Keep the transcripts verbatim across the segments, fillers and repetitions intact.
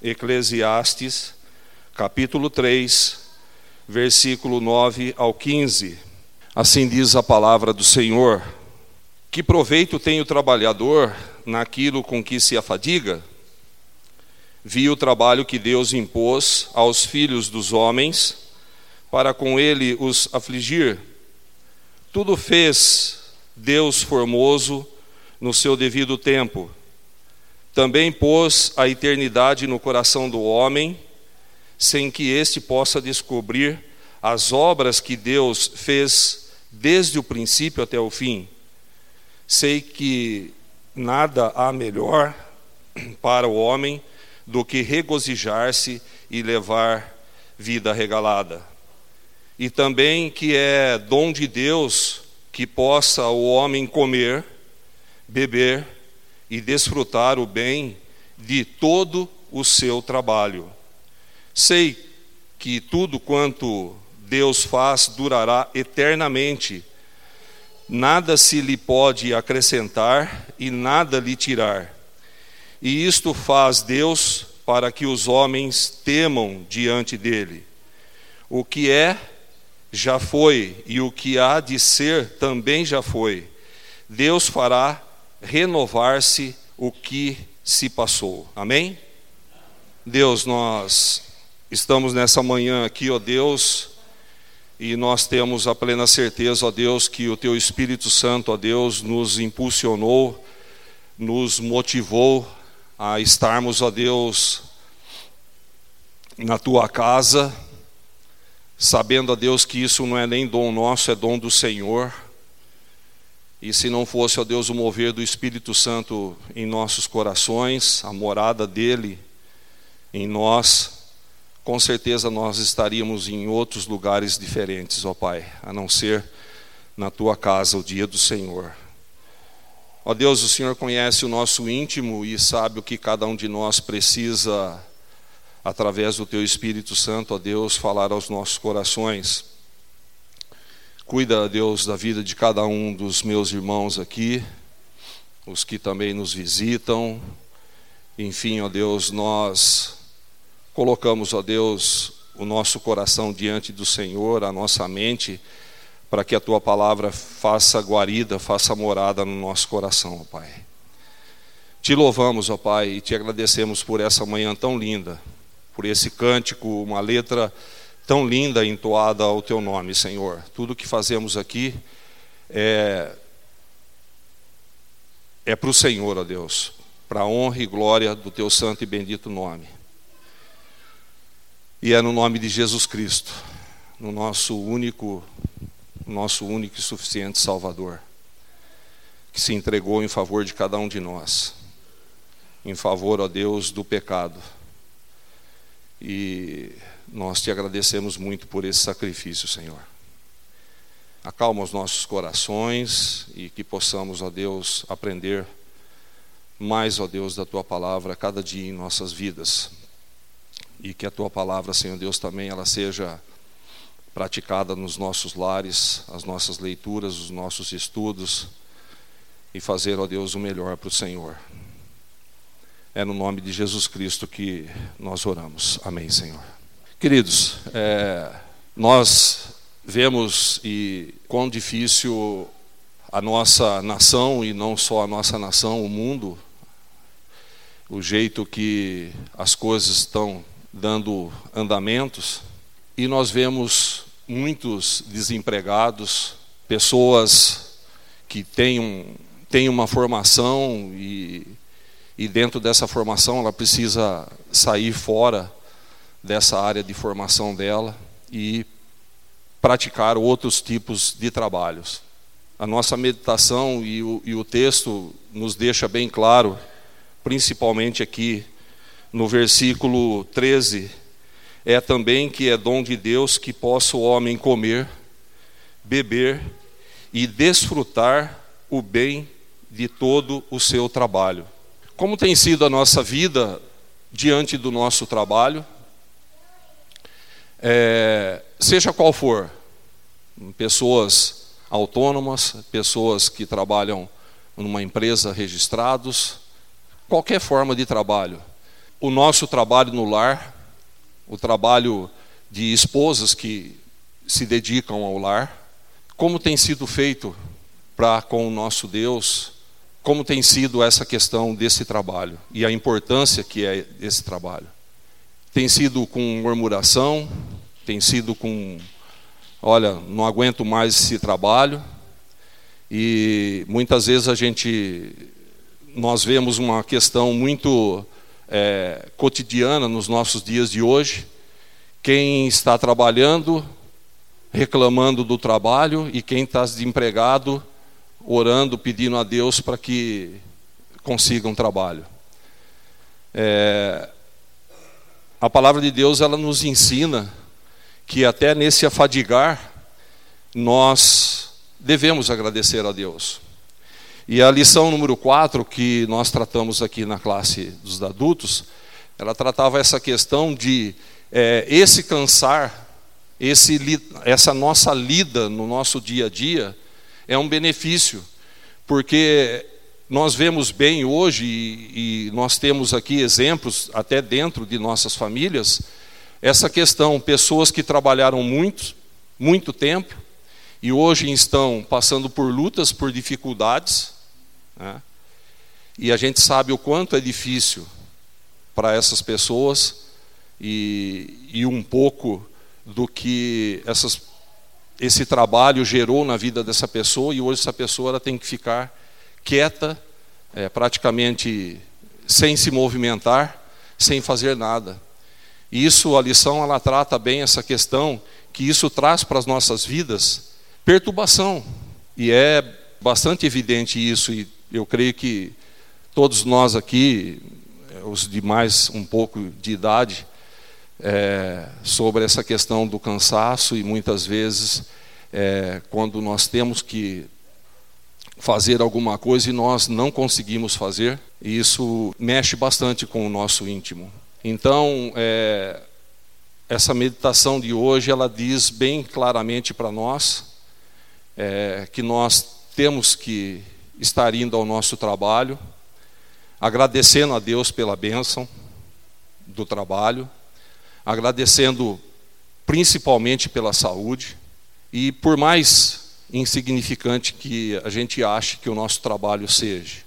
Eclesiastes, capítulo três, versículo nove ao quinze. Assim diz a palavra do Senhor: que proveito tem o trabalhador naquilo com que se afadiga? Vi o trabalho que Deus impôs aos filhos dos homens, para com ele os afligir. Tudo fez Deus formoso no seu devido tempo. Também pôs a eternidade no coração do homem, sem que este possa descobrir as obras que Deus fez desde o princípio até o fim. Sei que nada há melhor para o homem do que regozijar-se e levar vida regalada. E também que é dom de Deus que possa o homem comer, beber e desfrutar o bem de todo o seu trabalho. Sei que tudo quanto Deus faz durará eternamente. Nada se lhe pode acrescentar e nada lhe tirar. E isto faz Deus para que os homens temam diante dele. O que é, já foi, e o que há de ser também já foi. Deus fará renovar-se o que se passou. Amém? Deus, nós estamos nessa manhã aqui, ó Deus, e nós temos a plena certeza, ó Deus, que o Teu Espírito Santo, ó Deus, nos impulsionou, nos motivou a estarmos, ó Deus, na Tua casa, sabendo, ó Deus, que isso não é nem dom nosso, é dom do Senhor. E se não fosse, ó Deus, o mover do Espírito Santo em nossos corações, a morada dele em nós, com certeza nós estaríamos em outros lugares diferentes, ó Pai, a não ser na Tua casa, o dia do Senhor. Ó Deus, o Senhor conhece o nosso íntimo e sabe o que cada um de nós precisa, através do Teu Espírito Santo, ó Deus, falar aos nossos corações. Cuida, Deus, da vida de cada um dos meus irmãos aqui, os que também nos visitam. Enfim, ó Deus, nós colocamos, ó Deus, o nosso coração diante do Senhor, a nossa mente, para que a Tua palavra faça guarida, faça morada no nosso coração, ó Pai. Te louvamos, ó Pai, e te agradecemos por essa manhã tão linda, por esse cântico, uma letra tão linda entoada ao Teu nome, Senhor. Tudo que fazemos aqui é, é para o Senhor, ó Deus, para a honra e glória do Teu santo e bendito nome. E é no nome de Jesus Cristo, no nosso único, nosso único e suficiente Salvador, que se entregou em favor de cada um de nós, em favor, ó Deus, do pecado. E nós te agradecemos muito por esse sacrifício, Senhor. Acalma os nossos corações e que possamos, ó Deus, aprender mais, ó Deus, da Tua palavra a cada dia em nossas vidas. E que a Tua palavra, Senhor Deus, também ela seja praticada nos nossos lares, as nossas leituras, os nossos estudos, e fazer, ó Deus, o melhor para o Senhor. É no nome de Jesus Cristo que nós oramos. Amém, Senhor. Queridos, é, nós vemos e quão difícil a nossa nação, e não só a nossa nação, o mundo, o jeito que as coisas estão dando andamentos, e nós vemos muitos desempregados, pessoas que têm, um, têm uma formação e, e dentro dessa formação ela precisa sair fora dessa área de formação dela e praticar outros tipos de trabalhos. A nossa meditação e o, e o texto nos deixa bem claro, principalmente aqui no versículo treze, é também que é dom de Deus que possa o homem comer, beber e desfrutar o bem de todo o seu trabalho. Como tem sido a nossa vida diante do nosso trabalho? É, seja qual for, pessoas autônomas, pessoas que trabalham numa empresa registrados, qualquer forma de trabalho. o nosso trabalho no lar, o trabalho de esposas que se dedicam ao lar, como tem sido feito para com o nosso Deus, como tem sido essa questão desse trabalho e a importância que é esse trabalho. Tem sido com murmuração, tem sido com, olha, não aguento mais esse trabalho, e muitas vezes a gente, nós vemos uma questão muito é, cotidiana nos nossos dias de hoje, quem está trabalhando, reclamando do trabalho, e quem está desempregado, orando, pedindo a Deus para que consiga um trabalho. É, a palavra de Deus, ela nos ensina que até nesse afadigar, nós devemos agradecer a Deus. E a lição número quatro, que nós tratamos aqui na classe dos adultos, ela tratava essa questão de é, esse cansar, esse, essa nossa lida no nosso dia a dia, é um benefício, porque nós vemos bem hoje, e, e nós temos aqui exemplos, até dentro de nossas famílias, essa questão, pessoas que trabalharam muito, muito tempo, e hoje estão passando por lutas, por dificuldades, né? E a gente sabe o quanto é difícil para essas pessoas, e, e um pouco do que essas, esse trabalho gerou na vida dessa pessoa, e hoje essa pessoa ela tem que ficar quieta, é, praticamente sem se movimentar, sem fazer nada. E isso, a lição, ela trata bem essa questão, que isso traz para as nossas vidas perturbação. E é bastante evidente isso, e eu creio que todos nós aqui, os de mais um pouco de idade, é, sobre essa questão do cansaço, e muitas vezes, é, quando nós temos que fazer alguma coisa e nós não conseguimos fazer, e isso mexe bastante com o nosso íntimo. Então, é, essa meditação de hoje, ela diz bem claramente para nós é, que nós temos que estar indo ao nosso trabalho, agradecendo a Deus pela bênção do trabalho, agradecendo principalmente pela saúde, e por mais insignificante que a gente ache que o nosso trabalho seja,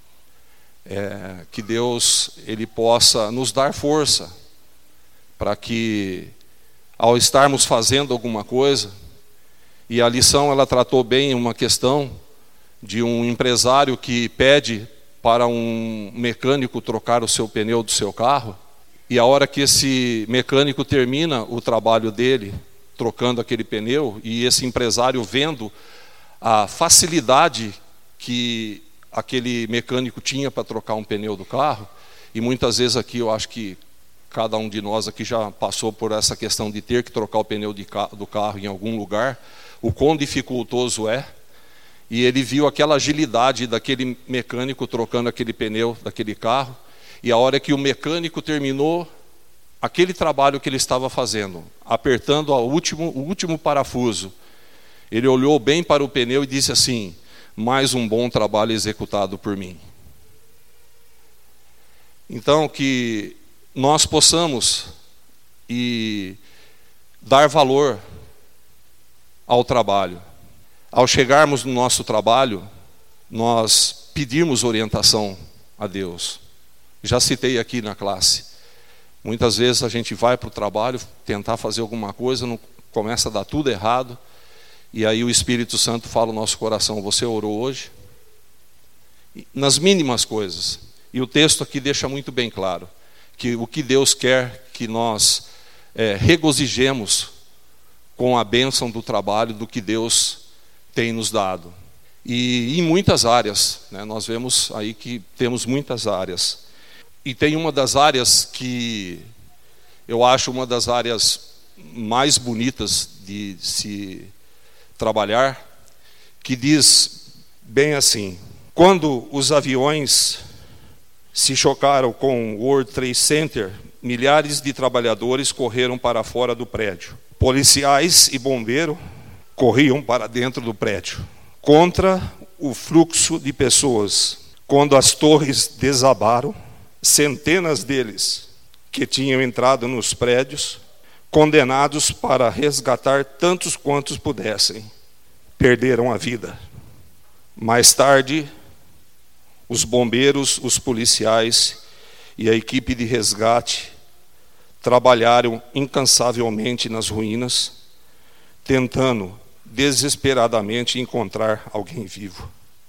é, que Deus ele possa nos dar força para que, ao estarmos fazendo alguma coisa, e a lição ela tratou bem uma questão de um empresário que pede para um mecânico trocar o seu pneu do seu carro, e a hora que esse mecânico termina o trabalho dele, trocando aquele pneu, e esse empresário vendo a facilidade que aquele mecânico tinha para trocar um pneu do carro, e muitas vezes aqui eu acho que cada um de nós aqui já passou por essa questão de ter que trocar o pneu de ca- do carro em algum lugar, o quão dificultoso é, e ele viu aquela agilidade daquele mecânico trocando aquele pneu daquele carro, e a hora que o mecânico terminou aquele trabalho que ele estava fazendo, apertando a último, o último parafuso, ele olhou bem para o pneu e disse assim: mais um bom trabalho executado por mim. Então, que nós possamos e dar valor ao trabalho. Ao chegarmos no nosso trabalho, nós pedirmos orientação a Deus. Já citei aqui na classe. Muitas vezes a gente vai para o trabalho tentar fazer alguma coisa, não, começa a dar tudo errado, e aí o Espírito Santo fala no nosso coração: você orou hoje? Nas mínimas coisas. E o texto aqui deixa muito bem claro que o que Deus quer que nós é, regozijemos com a bênção do trabalho, do que Deus tem nos dado. E em muitas áreas, né, nós vemos aí que temos muitas áreas. E tem uma das áreas que eu acho uma das áreas mais bonitas de se trabalhar, que diz bem assim: quando os aviões se chocaram com o World Trade Center, milhares de trabalhadores correram para fora do prédio. Policiais e bombeiros corriam para dentro do prédio, contra o fluxo de pessoas. Quando as torres desabaram, centenas deles que tinham entrado nos prédios, condenados para resgatar tantos quantos pudessem, perderam a vida. Mais tarde, os bombeiros, os policiais e a equipe de resgate trabalharam incansavelmente nas ruínas, tentando desesperadamente encontrar alguém vivo,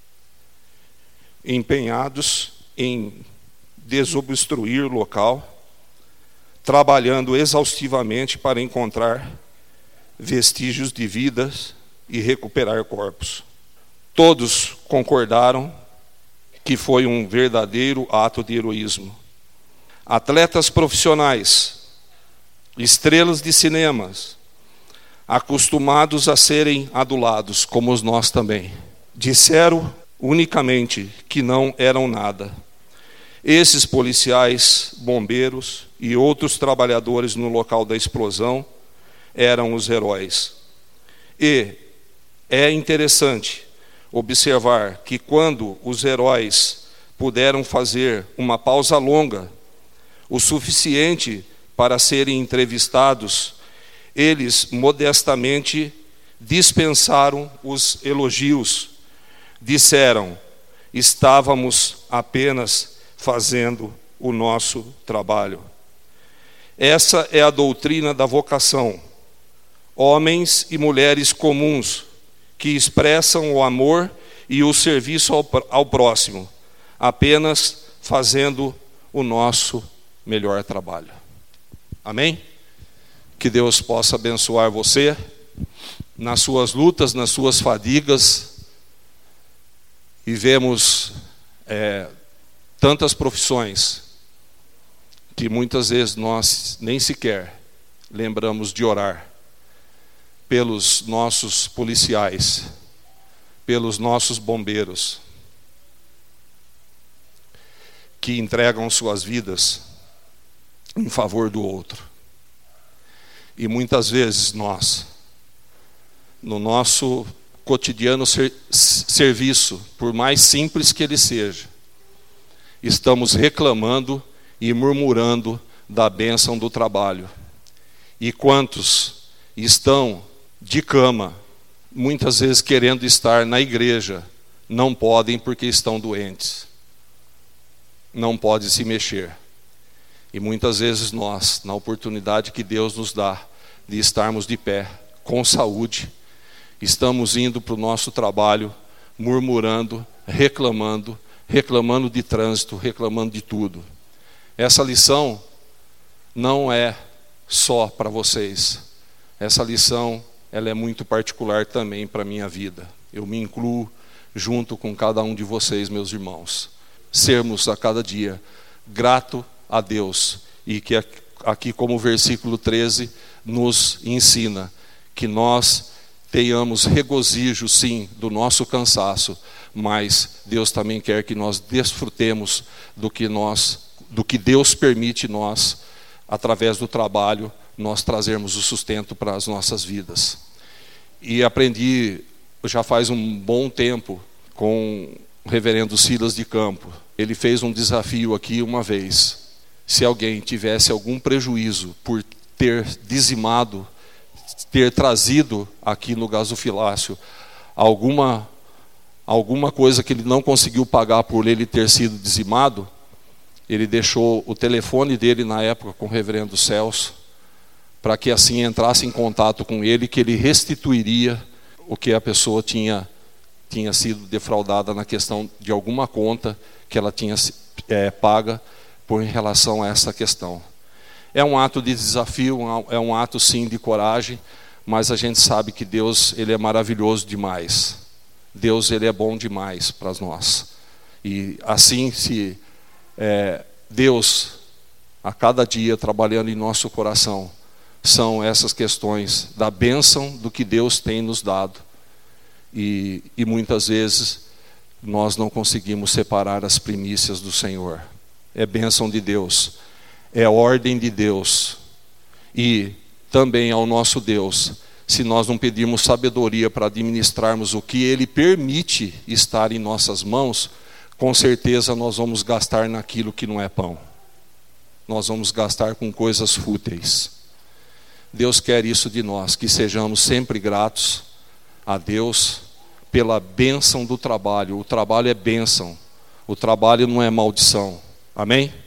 empenhados em desobstruir o local, trabalhando exaustivamente para encontrar vestígios de vidas e recuperar corpos. Todos concordaram que foi um verdadeiro ato de heroísmo. Atletas profissionais, estrelas de cinemas, acostumados a serem adulados, como nós também, disseram unicamente que não eram nada. Esses policiais, bombeiros e outros trabalhadores no local da explosão eram os heróis. E é interessante observar que quando os heróis puderam fazer uma pausa longa, o suficiente para serem entrevistados, eles modestamente dispensaram os elogios. Disseram: estávamos apenas fazendo o nosso trabalho. Essa é a doutrina da vocação. Homens e mulheres comuns que expressam o amor e o serviço ao, ao próximo, apenas fazendo o nosso melhor trabalho. Amém? Que Deus possa abençoar você nas suas lutas, nas suas fadigas. E vemos é, tantas profissões que muitas vezes nós nem sequer lembramos de orar pelos nossos policiais, pelos nossos bombeiros, que entregam suas vidas em favor do outro. E muitas vezes nós, no nosso cotidiano ser, serviço, por mais simples que ele seja, estamos reclamando e murmurando da bênção do trabalho. E quantos estão de cama, muitas vezes querendo estar na igreja, não podem porque estão doentes, não podem se mexer. E muitas vezes nós, na oportunidade que Deus nos dá de estarmos de pé, com saúde, estamos indo para o nosso trabalho, murmurando, reclamando, reclamando de trânsito, reclamando de tudo. Essa lição não é só para vocês. Essa lição, ela é muito particular também para a minha vida. Eu me incluo junto com cada um de vocês, meus irmãos. Sermos a cada dia grato a Deus. E que aqui, como o versículo treze nos ensina, que nós tenhamos regozijo, sim, do nosso cansaço, mas Deus também quer que nós desfrutemos do que nós, do que Deus permite nós, através do trabalho, nós trazermos o sustento para as nossas vidas. E aprendi, já faz um bom tempo, com o reverendo Silas de Campo. Ele fez um desafio aqui uma vez. Se alguém tivesse algum prejuízo por ter dizimado, ter trazido aqui no gasofilácio alguma, alguma coisa que ele não conseguiu pagar por ele ter sido dizimado, ele deixou o telefone dele na época com o reverendo Celso, para que assim entrasse em contato com ele, que ele restituiria o que a pessoa tinha, tinha sido defraudada na questão de alguma conta que ela tinha é, paga por em relação a essa questão. É um ato de desafio, é um ato sim de coragem, mas a gente sabe que Deus, ele é maravilhoso demais. Deus, ele é bom demais para nós. E assim, se é, Deus, a cada dia, trabalhando em nosso coração, são essas questões da bênção do que Deus tem nos dado. E, e muitas vezes nós não conseguimos separar as primícias do Senhor. É bênção de Deus, é ordem de Deus. E também ao nosso Deus, se nós não pedirmos sabedoria para administrarmos o que Ele permite estar em nossas mãos, com certeza nós vamos gastar naquilo que não é pão. Nós vamos gastar com coisas fúteis. Deus quer isso de nós, que sejamos sempre gratos a Deus pela bênção do trabalho. O trabalho é bênção, o trabalho não é maldição. Amém?